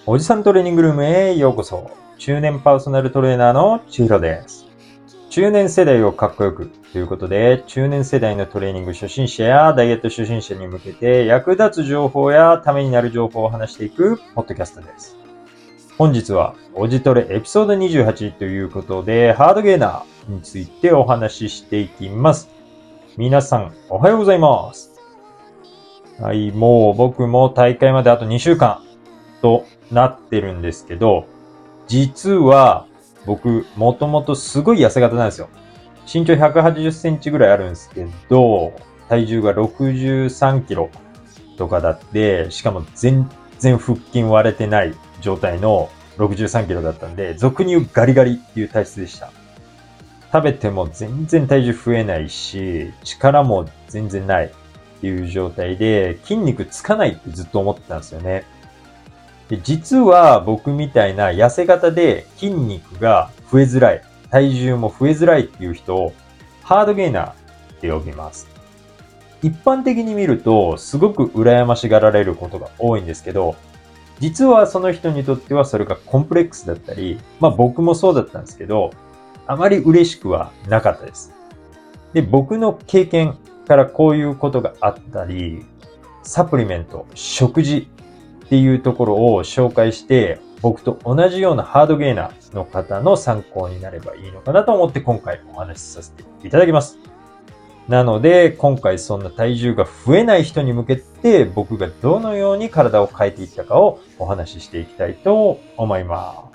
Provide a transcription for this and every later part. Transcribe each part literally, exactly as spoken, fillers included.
おじさんトレーニングルームへようこそ。中年パーソナルトレーナーのちひろです。中年世代をかっこよくということで、中年世代のトレーニング初心者やダイエット初心者に向けて役立つ情報やためになる情報を話していくポッドキャストです。本日はおじトレエピソードにじゅうはちということで、ハードゲーナーについてお話ししていきます。皆さんおはようございます。はい、もう僕も大会まであとにしゅうかんとなってるんですけど、実は僕もともとすごい痩せ型なんですよ。身長ひゃくはちじゅっセンチぐらいあるんですけど、体重がろくじゅうさんキロとかだって、しかも全然腹筋割れてない状態のろくじゅうさんキロだったんで、俗に言うガリガリっていう体質でした。食べても全然体重増えないし、力も全然ないっていう状態で、筋肉つかないってずっと思ってたんですよね。で、実は僕みたいな痩せ型で筋肉が増えづらい、体重も増えづらいっていう人をハードゲイナーって呼びます。一般的に見るとすごく羨ましがられることが多いんですけど、実はその人にとってはそれがコンプレックスだったり、まあ僕もそうだったんですけど、あまり嬉しくはなかったです。で、僕の経験からこういうことがあったり、サプリメント、食事っていうところを紹介して、僕と同じようなハードゲイナーの方の参考になればいいのかなと思って今回お話しさせていただきます。なので、今回そんな体重が増えない人に向けて僕がどのように体を変えていったかをお話ししていきたいと思います。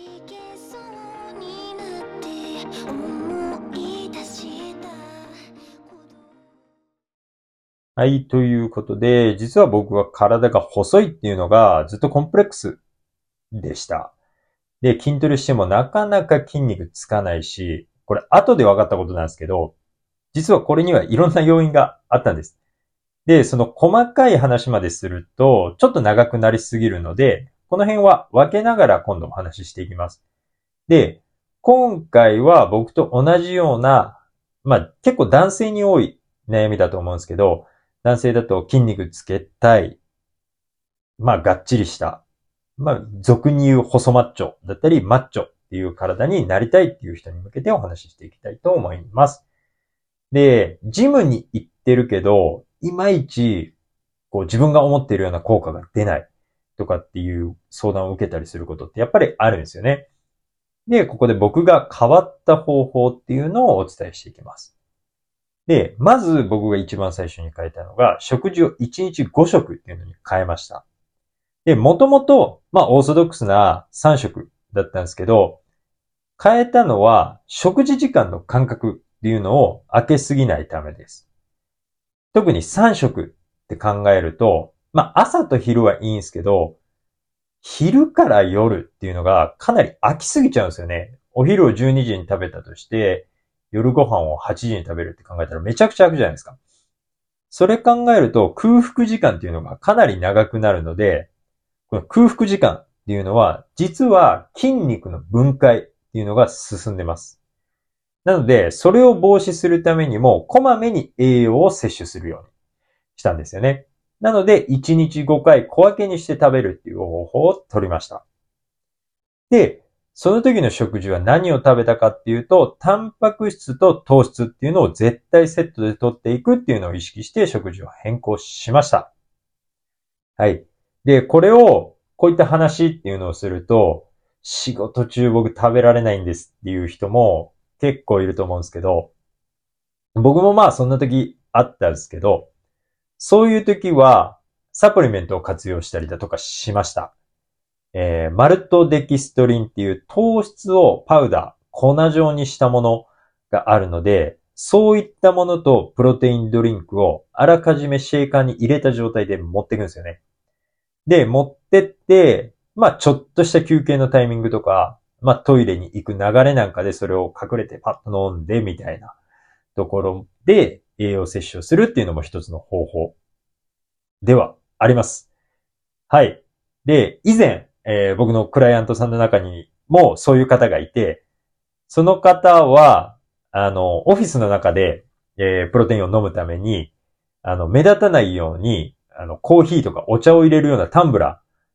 はい、ということで、実は僕は体が細いっていうのがずっとコンプレックスでした。で、筋トレしてもなかなか筋肉つかないし、これ後で分かったことなんですけど、実はこれにはいろんな要因があったんです。で、その細かい話まですると、ちょっと長くなりすぎるので、この辺は分けながら今度お話ししていきます。で、今回は僕と同じような、まあ結構男性に多い悩みだと思うんですけど、男性だと筋肉つけたい、まあがっちりした、まあ俗に言う細マッチョだったりマッチョっていう体になりたいっていう人に向けてお話ししていきたいと思います。で、ジムに行ってるけど、いまいちこう自分が思っているような効果が出ないとかっていう相談を受けたりすることってやっぱりあるんですよね。で、ここで僕が変わった方法っていうのをお伝えしていきます。で、まず僕が一番最初に変えたのが、食事をいちにちごしょくっていうのに変えました。で、もともと、まあ、オーソドックスなさんしょくだったんですけど、変えたのは、食事時間の間隔っていうのを空けすぎないためです。特にさんしょくって考えると、まあ、朝と昼はいいんですけど、昼から夜っていうのがかなり飽きすぎちゃうんですよね。お昼をじゅうにじに食べたとして、夜ご飯をはちじに食べるって考えたらめちゃくちゃ飽くじゃないですか。それ考えると空腹時間っていうのがかなり長くなるので、この空腹時間っていうのは、実は筋肉の分解っていうのが進んでます。なので、それを防止するためにも、こまめに栄養を摂取するようにしたんですよね。なので、いちにちごかい小分けにして食べるっていう方法を取りました。で、その時の食事は何を食べたかっていうと、タンパク質と糖質っていうのを絶対セットで取っていくっていうのを意識して食事を変更しました。はい。で、これを、こういった話っていうのをすると、仕事中僕食べられないんですっていう人も結構いると思うんですけど、僕もまあそんな時あったんですけど、そういう時はサプリメントを活用したりだとかしました。えー、マルトデキストリンっていう糖質をパウダー、粉状にしたものがあるので、そういったものとプロテインドリンクをあらかじめシェーカーに入れた状態で持っていくんですよね。で、持ってって、まあちょっとした休憩のタイミングとか、まあトイレに行く流れなんかでそれを隠れてパッと飲んでみたいなところで栄養摂取をするっていうのも一つの方法ではあります。はい。で、以前、えー僕のクライアントさんの中にもそういう方がいて、その方は、あの、オフィスの中で、えープロテインを飲むために、あの、目立たないように、あの、コーヒーとかお茶を入れるようなタンブラ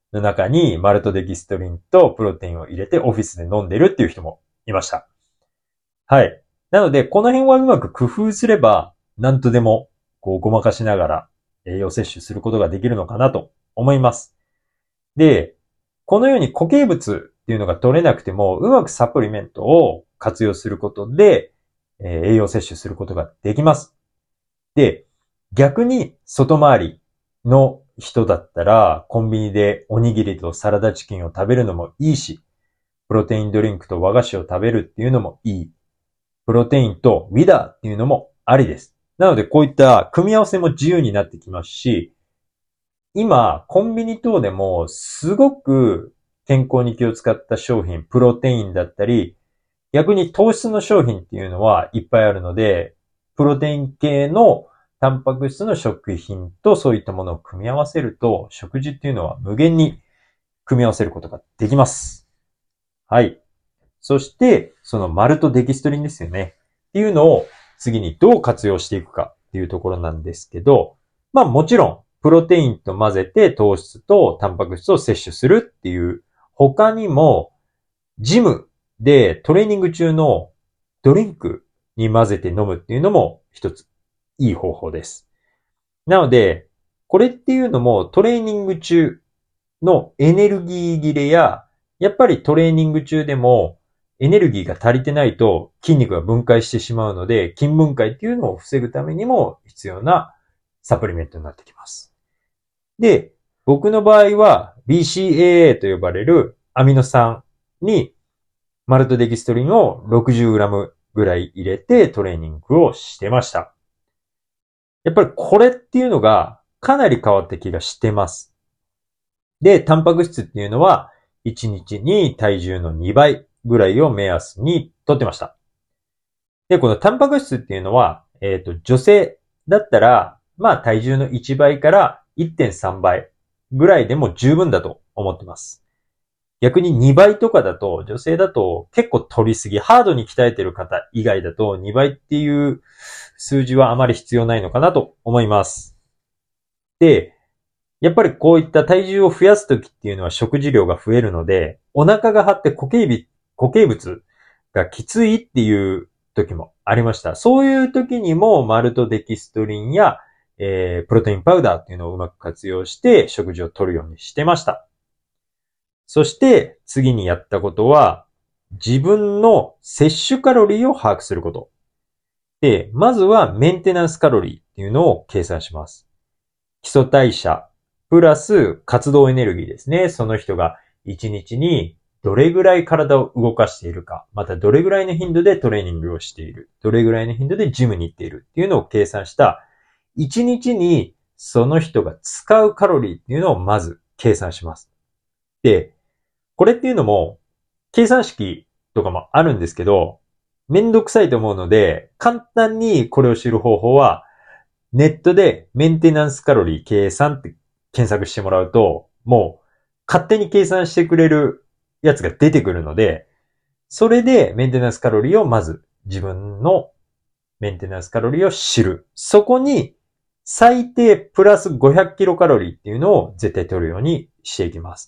の中にマルトデキストリンとプロテインを入れてオフィスで飲んでるっていう人もいました。はい。なので、この辺はうまく工夫すれば、なんとでも、こう、ごまかしながら栄養摂取することができるのかなと思います。で、このように固形物っていうのが取れなくても、うまくサプリメントを活用することで、えー、栄養摂取することができます。で、逆に外回りの人だったら、コンビニでおにぎりとサラダチキンを食べるのもいいし、プロテインドリンクと和菓子を食べるっていうのもいい。プロテインとウィダーっていうのもありです。なのでこういった組み合わせも自由になってきますし、今、コンビニ等でもすごく健康に気を使った商品、プロテインだったり、逆に糖質の商品っていうのはいっぱいあるので、プロテイン系のタンパク質の食品とそういったものを組み合わせると、食事っていうのは無限に組み合わせることができます。はい。そして、そのマルトデキストリンですよね。っていうのを次にどう活用していくかっていうところなんですけど、まあもちろん、プロテインと混ぜて糖質とタンパク質を摂取するっていう他にも、ジムでトレーニング中のドリンクに混ぜて飲むっていうのも一ついい方法です。なので、これっていうのもトレーニング中のエネルギー切れや、やっぱりトレーニング中でもエネルギーが足りてないと筋肉が分解してしまうので、筋分解っていうのを防ぐためにも必要なサプリメントになってきます。で、僕の場合は ビーシーエーエー と呼ばれるアミノ酸にマルトデキストリンを ろくじゅうグラム ぐらい入れてトレーニングをしてました。やっぱりこれっていうのがかなり変わった気がしてます。で、タンパク質っていうのはいちにちに体重のにばいぐらいを目安にとってました。で、このタンパク質っていうのは、えっと、女性だったら、まあ体重のいちばいから いってんさんばいぐらいでも十分だと思ってます。逆ににばいとかだと、女性だと結構取りすぎ、ハードに鍛えてる方以外だとにばいっていう数字はあまり必要ないのかなと思います。で、やっぱりこういった体重を増やすときっていうのは食事量が増えるので、お腹が張って固形固形物がきついっていう時もありました。そういう時にもマルトデキストリンや、えー、プロテインパウダーっていうのをうまく活用して食事を取るようにしてました。そして次にやったことは自分の摂取カロリーを把握すること。で、まずはメンテナンスカロリーっていうのを計算します。基礎代謝プラス活動エネルギーですね。その人がいちにちにどれぐらい体を動かしているか、またどれぐらいの頻度でトレーニングをしている、どれぐらいの頻度でジムに行っているっていうのを計算したいちにちにその人が使うカロリーっていうのをまず計算します。で、これっていうのも計算式とかもあるんですけど、めんどくさいと思うので、簡単にこれを知る方法はネットでメンテナンスカロリー計算って検索してもらうと、もう勝手に計算してくれるやつが出てくるので、それでメンテナンスカロリーをまず自分のメンテナンスカロリーを知る。そこに最低プラスごひゃくキロカロリーっていうのを絶対取るようにしていきます。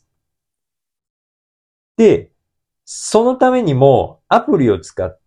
で、そのためにもアプリを使って、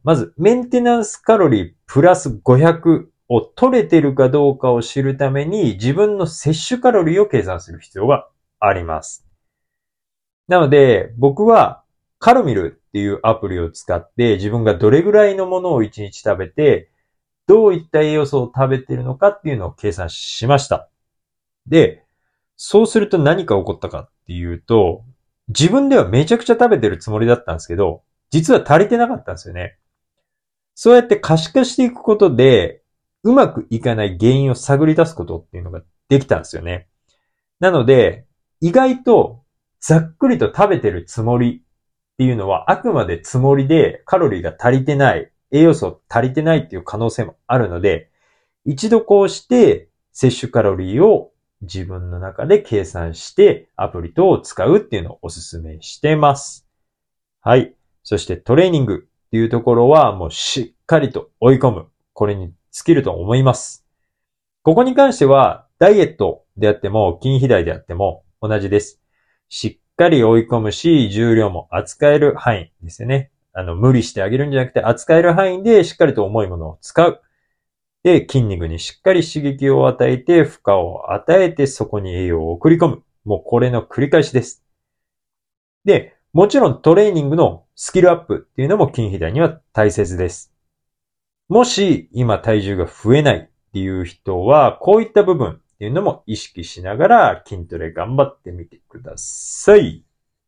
まずメンテナンスカロリープラスごひゃくを取れてるかどうかを知るために自分の摂取カロリーを計算する必要があります。なので僕はカロミルっていうアプリを使って自分がどれぐらいのものをいちにち食べてどういった栄養素を食べているのかっていうのを計算しました。で、そうすると何が起こったかっていうと自分ではめちゃくちゃ食べてるつもりだったんですけど実は足りてなかったんですよね。そうやって可視化していくことでうまくいかない原因を探り出すことっていうのができたんですよね。なので、意外とざっくりと食べてるつもりっていうのはあくまでつもりでカロリーが足りてない、栄養素足りてないっていう可能性もあるので、一度こうして摂取カロリーを自分の中で計算してアプリ等を使うっていうのをお勧めしてます。はい。そしてトレーニングっていうところはもうしっかりと追い込む。これに尽きると思います。ここに関してはダイエットであっても筋肥大であっても同じです。 しっかり追い込むし、重量も扱える範囲ですよね。あの、無理してあげるんじゃなくて、扱える範囲でしっかりと重いものを使う。で、筋肉にしっかり刺激を与えて、負荷を与えて、そこに栄養を送り込む。もうこれの繰り返しです。で、もちろんトレーニングのスキルアップっていうのも筋肥大には大切です。もし今体重が増えないっていう人は、こういった部分っていうのも意識しながら筋トレ頑張ってみてください。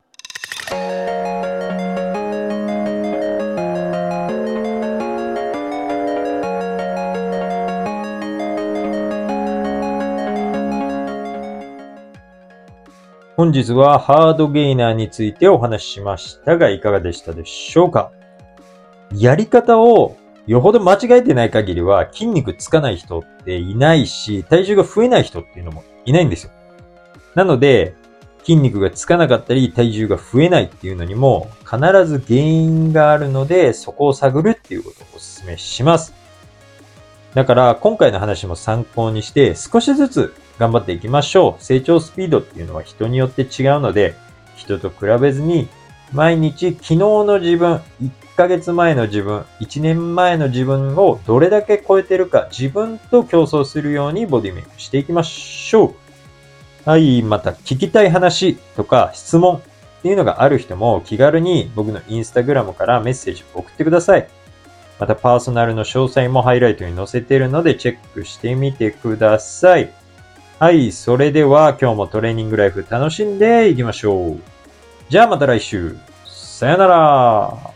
本日はハードゲイナーについてお話ししましたが、いかがでしたでしょうか？やり方をよほど間違えてない限りは筋肉つかない人っていないし、体重が増えない人っていうのもいないんですよ。なので、筋肉がつかなかったり体重が増えないっていうのにも必ず原因があるので、そこを探るっていうことをお勧めします。だから今回の話も参考にして少しずつ頑張っていきましょう。成長スピードっていうのは人によって違うので、人と比べずに毎日昨日の自分、いっかげつまえの自分、いちねんまえの自分をどれだけ超えてるか自分と競争するようにボディメイクしていきましょう。はい、また聞きたい話とか質問っていうのがある人も気軽に僕のインスタグラムからメッセージを送ってください。またパーソナルの詳細もハイライトに載せているのでチェックしてみてください。はい、それでは今日もトレーニングライフ楽しんでいきましょう。じゃあまた来週。さよなら。